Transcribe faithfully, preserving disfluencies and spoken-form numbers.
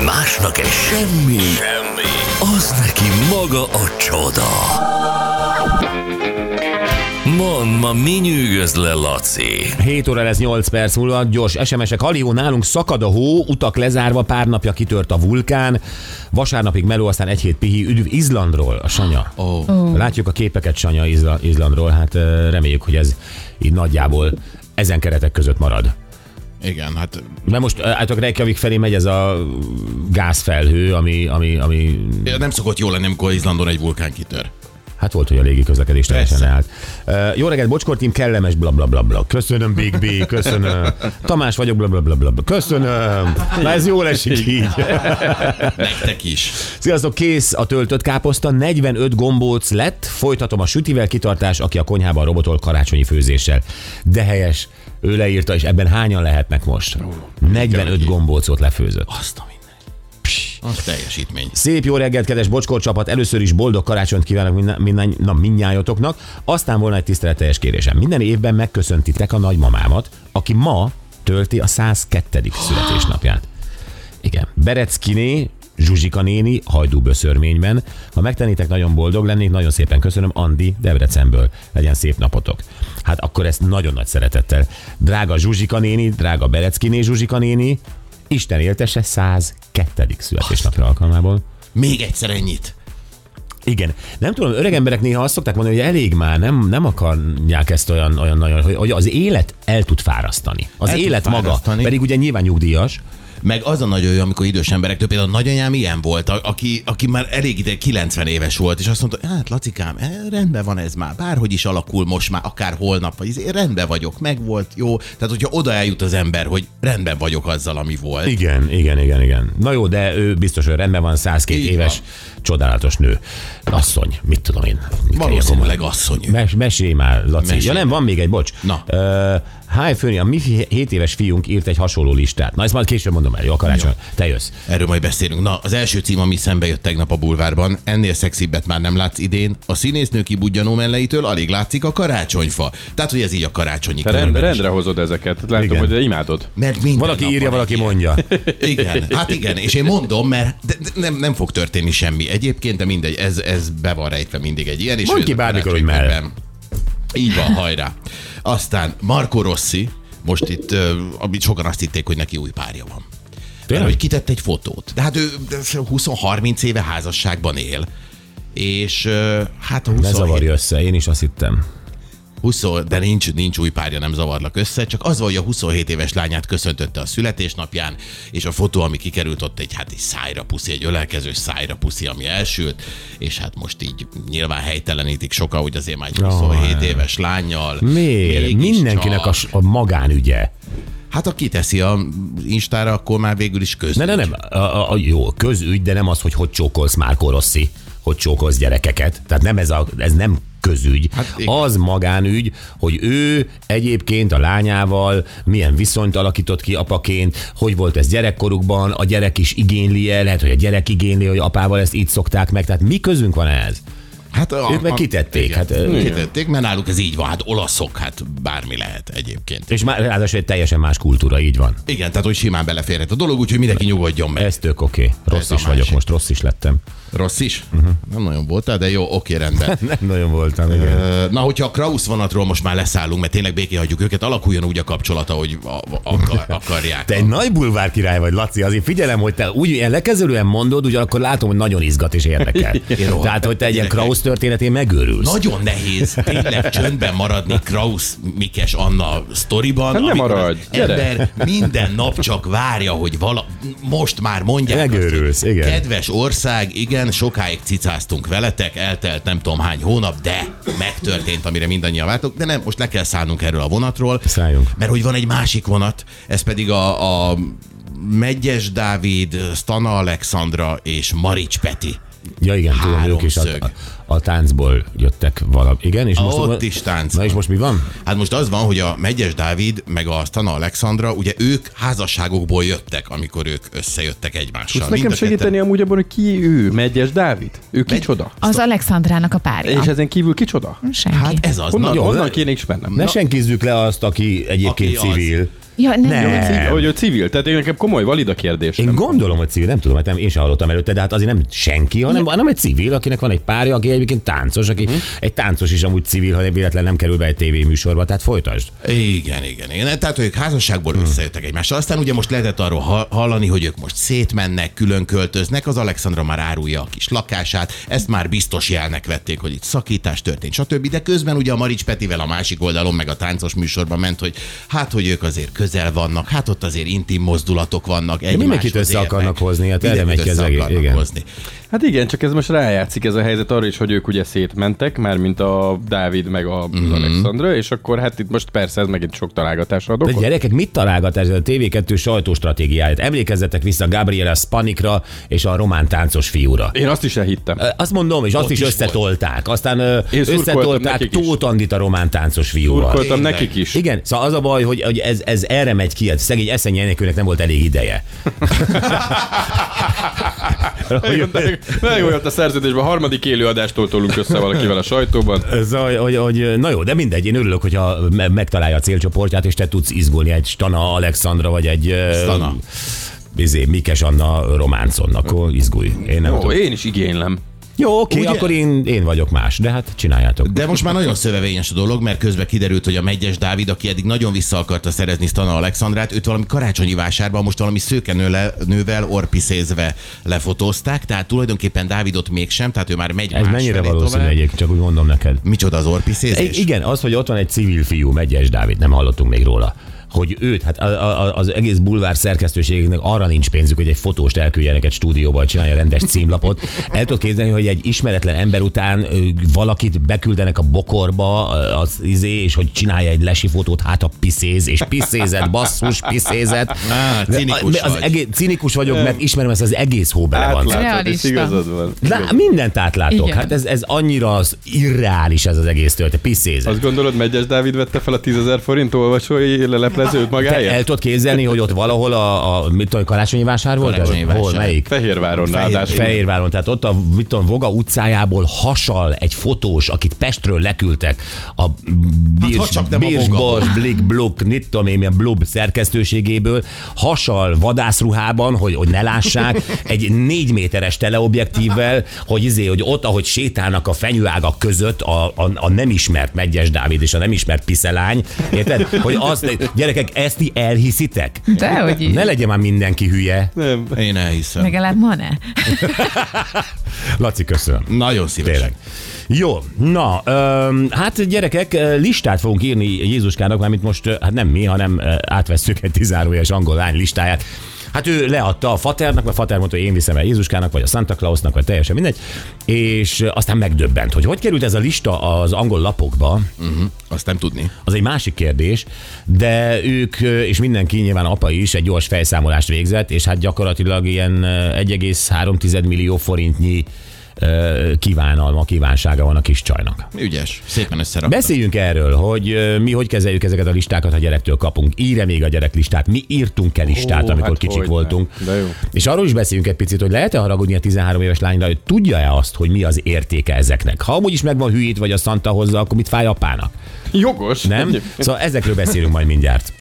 Másnak egy semmi, semmi, az neki maga a csoda. Mondd, ma mi nyűgöz le, Laci? hét óra lesz nyolc perc múlva, gyors es em esek. Halió, nálunk szakad a hó, utak lezárva, pár napja kitört a vulkán, vasárnapig meló, aztán egy hét pihi. Üdv Izlandról, a Sanya. Oh. Oh. Látjuk a képeket, Sanya, Izlandról, hát reméljük, hogy ez így nagyjából ezen keretek között marad. Igen, hát... Mert most álltok Reykjavik felé megy ez a gázfelhő, ami... ami, ami... Nem szokott jól lenni, amikor Izlandon egy vulkán kitör. Hát volt, hogy a légi közlekedés teljesen állt. Uh, jó reggelt, Bocskor team, kellemes blablabla. Bla, bla. Köszönöm, Big B, köszönöm. Tamás vagyok, blablabla. Bla, bla. Köszönöm. Na ez jól esik így. Nektek is. Sziasztok, kész a töltött káposzta, negyvenöt gombóc lett, folytatom a sütivel, kitartás, aki a konyhában robotol karácsonyi főzéssel. De helyes, ő leírta, és ebben hányan lehetnek most? negyvenöt gombócot lefőzött. Azt a minden. Az teljesítmény. Szép jó reggelt, kedves Bocskor csapat! Először is boldog karácsonyt kívánok minden, minden, na, mindnyájatoknak. Aztán volna egy tiszteletteljes kérésem. Minden évben megköszöntitek a nagymamámat, aki ma tölti a száz kettedik születésnapját. Igen. Bereckiné, Zsuzsika néni, hajdúböszörményben. Ha megtennétek, nagyon boldog lennék, nagyon szépen köszönöm, Andi Debrecenből. Legyen szép napotok. Hát akkor ezt nagyon nagy szeretettel. Drága Zsuzsika néni, drága Bereckiné Zsuzsika néni, Isten éltesse száz kettedik születésnapja alkalmából. Még egyszer ennyit. Igen. Nem tudom, öreg emberek néha azt szokták mondani, hogy elég már, nem, nem akarják ezt olyan, olyan nagyon, hogy az élet el tud fárasztani. Az el élet maga, fárasztani. Pedig ugye nyilván nyugdíjas. Meg az a nagyon jó, amikor idős emberektől, például a nagyanyám ilyen volt, aki, aki már elég ide kilencven éves volt, és azt mondta, hát Lacikám, rendben van ez már, bárhogy is alakul most már, akár holnap, vagy én rendben vagyok, meg volt, jó. Tehát, hogyha oda eljut az ember, hogy rendben vagyok azzal, ami volt. Igen, igen, igen, igen. Na jó, de ő biztos, hogy rendben van, százkettő éves, van. Csodálatos nő. Asszony, mit tudom én. Valószínűleg asszony. Mes, mesélj már, Laci. Mesélj. Ja nem, van még egy, bocs. Na. Uh, Háj Főni, a mi hét éves fiunk írt egy hasonló listát. Na ezt majd később mondom el, jó a karácsony. Jó. Te jössz. Erről majd beszélünk. Na, az első cím, ami szembe jött tegnap a bulvárban, ennél szexibbet már nem látsz idén. A színésznő kibudjanó melleitől alig látszik a karácsonyfa. Tehát, hogy ez így a karácsonyi rend, Rendre hozod ezeket. Látom, igen. Hogy imádod. Mert valaki írja, valaki ilyen. Mondja. Igen, hát igen, és én mondom, mert de, de nem, nem fog történni semmi. Egyébként, de mindegy, ez, ez be van rejtve mindig egy ilyen. Mondd ki bármikor, hogy mell. Így van, hajrá. Aztán Marco Rossi, most itt, amit sokan azt hitték, hogy neki új párja van. Mert hogy kitett egy fotót. De hát ő húsz-harminc éve házasságban él. És hát a huszonhét... Ne zavarja össze, én is azt hittem. húsz, de nincs, nincs új párja, nem zavarlak össze, csak az, hogy a huszonhét éves lányát köszöntötte a születésnapján, és a fotó, ami kikerült ott egy, hát egy szájra puszi, egy ölelkezős szájra puszi, ami elsült, és hát most így nyilván helytelenítik sokan, hogy azért már egy huszonhét oh, éves lánnyal. Miért? Mindenkinek a, a magánügye. Hát ha kiteszi a Instára, akkor már végül is közügy. Ne, ne, nem, a, a, a, jó, közügy, de nem az, hogy hogy csókolsz Marco Rossi, hogy csókolsz gyerekeket. Tehát nem ez, a, ez nem közügy. Hát az magánügy, hogy ő egyébként a lányával milyen viszonyt alakított ki apaként, hogy volt ez gyerekkorukban, a gyerek is igényli-e, lehet, hogy a gyerek igényli, hogy apával ezt így szokták meg. Tehát mi közünk van ehhez? Hát a, ők meg kitették. Igen, hát, kitették, mert náluk ez így van. Hát olaszok, hát bármi lehet egyébként. És már ráadásul egy teljesen más kultúra, így van. Igen, tehát hogy simán beleférhet a dolog, úgyhogy mindenki nyugodjon meg. Ez tök oké. Okay. Rossz is vagyok, most rossz is lettem. Rossz is? Uh-huh. Nem nagyon voltál, de jó, oké, rendben. Nem nagyon voltam, igen. Na, hogyha a Krausz vonatról most már leszállunk, mert tényleg békén hagyjuk őket, alakuljon úgy a kapcsolata, hogy akar, akarják. Te egy nagy bulvár király vagy, Laci, azért figyelem, hogy te úgy ilyen lekezelően mondod, ugyanakkor látom, hogy nagyon izgat és érdekel. Tehát, hogy te egy ilyen Krausz történetén megőrülsz. Nagyon nehéz tényleg csöndben maradni Krausz, Mikes Anna sztoriban. Hát nem maradj, ember minden nap csak várja, hogy vala... most már mondják. Megőrülsz, azt, igen. Kedves ország, igen, sokáig cicáztunk veletek, eltelt nem tudom hány hónap, de megtörtént, amire mindannyian vártok, de nem, most le kell szállnunk erről a vonatról. Szálljunk. Mert hogy van egy másik vonat, ez pedig a, a Megyes Dávid, Stana Alexandra és Marics Peti. Ja igen, tudom, ők is a, a, a táncból jöttek valami. Igen, és most ott is tánc. Na és most mi van? Hát most az van, hogy a Megyes Dávid meg a Stana Alexandra, ugye ők házasságokból jöttek, amikor ők összejöttek egymással. Tudsz nekem segíteni ketten... amúgy abban, hogy ki ő? Megyes Dávid? Ő kicsoda? Az Alexandrának a párja. És ezen kívül kicsoda? Senki. Hát ez az. Honnan, Na, honnan kéne ismernem? Ne senkizzük le azt, aki egyébként aki civil. Az. Ja, nem. Nem. Jó, Civil, hogy ő civil, tehát én nekem komoly, valid a kérdés. Én nem? gondolom, hogy civil, nem tudom, mert nem, én sem hallottam előtte, de hát azért nem senki, hanem, hanem egy civil, akinek van egy párja, aki egyébként táncos, aki uh-huh. egy táncos is amúgy civil, ha véletlen nem kerül be egy tévéműsorba, tehát folytasd. Igen, igen, igen. Tehát ők házasságból hmm. összejöttek egymással. Aztán ugye most lehetett arról hallani, hogy ők most szétmennek, külön költöznek. Az Alexandra már árulja a kis lakását. Ezt már biztos jelnek vették, hogy itt szakítás történt, stb. De közben ugye a Marics Petivel a másik oldalon, meg a táncos műsorban ment, hogy hát, hogy ők azért közel vannak, hát ott azért intim mozdulatok vannak. Mindenkit össze akarnak hozni, hát erre megy ki az egész. Igen. Hozni. Hát igen, csak ez most rájátszik ez a helyzet arra is, hogy ők ugye szétmentek, már mint a Dávid meg a mm-hmm. Alexandra, és akkor hát itt most persze ez megint sok találgatásra ad De okot. gyerekek, mit találgatás ez a té vé kettő sajtóstratégiáját? Emlékezzetek vissza Gabriela Spanikra és a román táncos fiúra. Én azt is elhittem. Azt mondom, és azt Ott is is összetolták. Aztán ö, Én szurkoltam összetolták nekik is. Tóth Andit a román táncos fiúval. Szurkoltam Tényleg. nekik is. Igen, szóval az a baj, hogy, hogy ez, ez erre megy ki, ez szegény Eszenyi Enikőnek nem volt elég ideje. Nagyon jó, hogy a szerződésben a harmadik élőadástól tolunk össze valakivel a sajtóban. Szóval, hogy, hogy, na jó, de mindegy, én örülök, hogyha me- megtalálja a célcsoportját, és te tudsz izgulni egy Stana Alexandra, vagy egy Stana. Bizé, Mikes Anna románcon, akkor izgulj. Én nem Ó, tudom. én is igénylem. Jó, oké, Ugye? akkor én, én vagyok más, de hát csináljátok. De most már nagyon szövevényes a dolog, mert közben kiderült, hogy a Megyes Dávid, aki eddig nagyon vissza akarta szerezni Stana Alexandrát, őt valami karácsonyi vásárban most valami szőkenővel nővel orpiszézve lefotózták, tehát tulajdonképpen Dávidot mégsem, tehát ő már megy Ez más mennyire felé valószínű tovább. egyébként, csak úgy mondom neked. Micsoda az I- orpiszézés? igen, az, hogy ott van egy civil fiú, Megyes Dávid, nem hallottunk még róla. Hogy őt, hát a- a- az egész bulvár szerkesztőségnek arra nincs pénzük, hogy egy fotóst elküldjenek egy stúdióba, hogy csinálja rendes címlapot. El tudod képzelni, hogy egy ismeretlen ember után ö, valakit beküldenek a bokorba, ö, az izé, és hogy csinálja egy lesi fotót, hát a piszéz, és piszézet, basszus, piszézet. Á, cinikus De az vagy. egész, cinikus vagyok, mert ismerem ezt az egész hó bele van. Átlátod, és Realista. igazad van. Na, mindent átlátok. Igen. Hát ez, ez annyira az irreális ez az egész történet. Piszézet. Azt gondolod, Megyes Dávid vette fel a tízezer forint olvasói leleplezőt Te magáért? el tudod képzelni, hogy ott valahol a, a mit tudom, karácsonyi vásár volt? Karácsonyi Ez? Hol, vásár. melyik? Fehérváron Fehér- ráadásul. Fehérváron, tehát ott a mit tudom, Voga utcájából hasal egy fotós, akit Pestről leküldtek a Hát, ha csak nem a Birs, Voga. Bors, Blik, Bluk, mit tudom én, milyen Blub szerkesztőségéből, hasal vadászruhában, hogy, hogy ne lássák, egy négy méteres teleobjektívvel, hogy izé, hogy ott, ahogy sétálnak a fenyőágak között a, a, a nem ismert Megyes Dávid és a nem ismert piszelány, érted? Hogy azt, gyerekek, ezt ti elhiszitek? Dehogy is. Ne legyen már mindenki hülye. Nem. Én elhiszem. Legalább ma ne. Laci, köszönöm. Nagyon szívesen. Tényleg. Jó, na, öm, hát gyerekek, listát fogunk írni Jézuskának, mármint most, hát nem mi, hanem átvesszük egy tizenhárom éves angol lány listáját. Hát ő leadta a Faternak, mert Fater mondta, hogy én viszem el Jézuskának, vagy a Santa Clausnak, vagy teljesen mindegy, és aztán megdöbbent, hogy hogy került ez a lista az angol lapokba, Uh-huh. Azt nem tudni. az egy másik kérdés, de ők, és mindenki, nyilván apa is, egy gyors fejszámolást végzett, és hát gyakorlatilag ilyen egy egész három millió forintnyi ö, kívánalma, kívánsága van a kis csajnak. Ügyes. Szépen összerakta. Beszéljünk erről, hogy ö, mi hogy kezeljük ezeket a listákat, ha gyerektől kapunk. Ír-e még a gyerek listát? Mi írtunk-e listát, Ó, amikor hát kicsik hogyne. voltunk? De jó. És arról is beszéljünk egy picit, hogy lehet-e haragudni a tizenhárom éves lányra, hogy tudja-e azt, hogy mi az értéke ezeknek? Ha amúgy is meg van hülyít, vagy a Santa hozza, akkor mit fáj apának? Jogos. Nem? Szóval ezekről beszélünk majd mindjárt.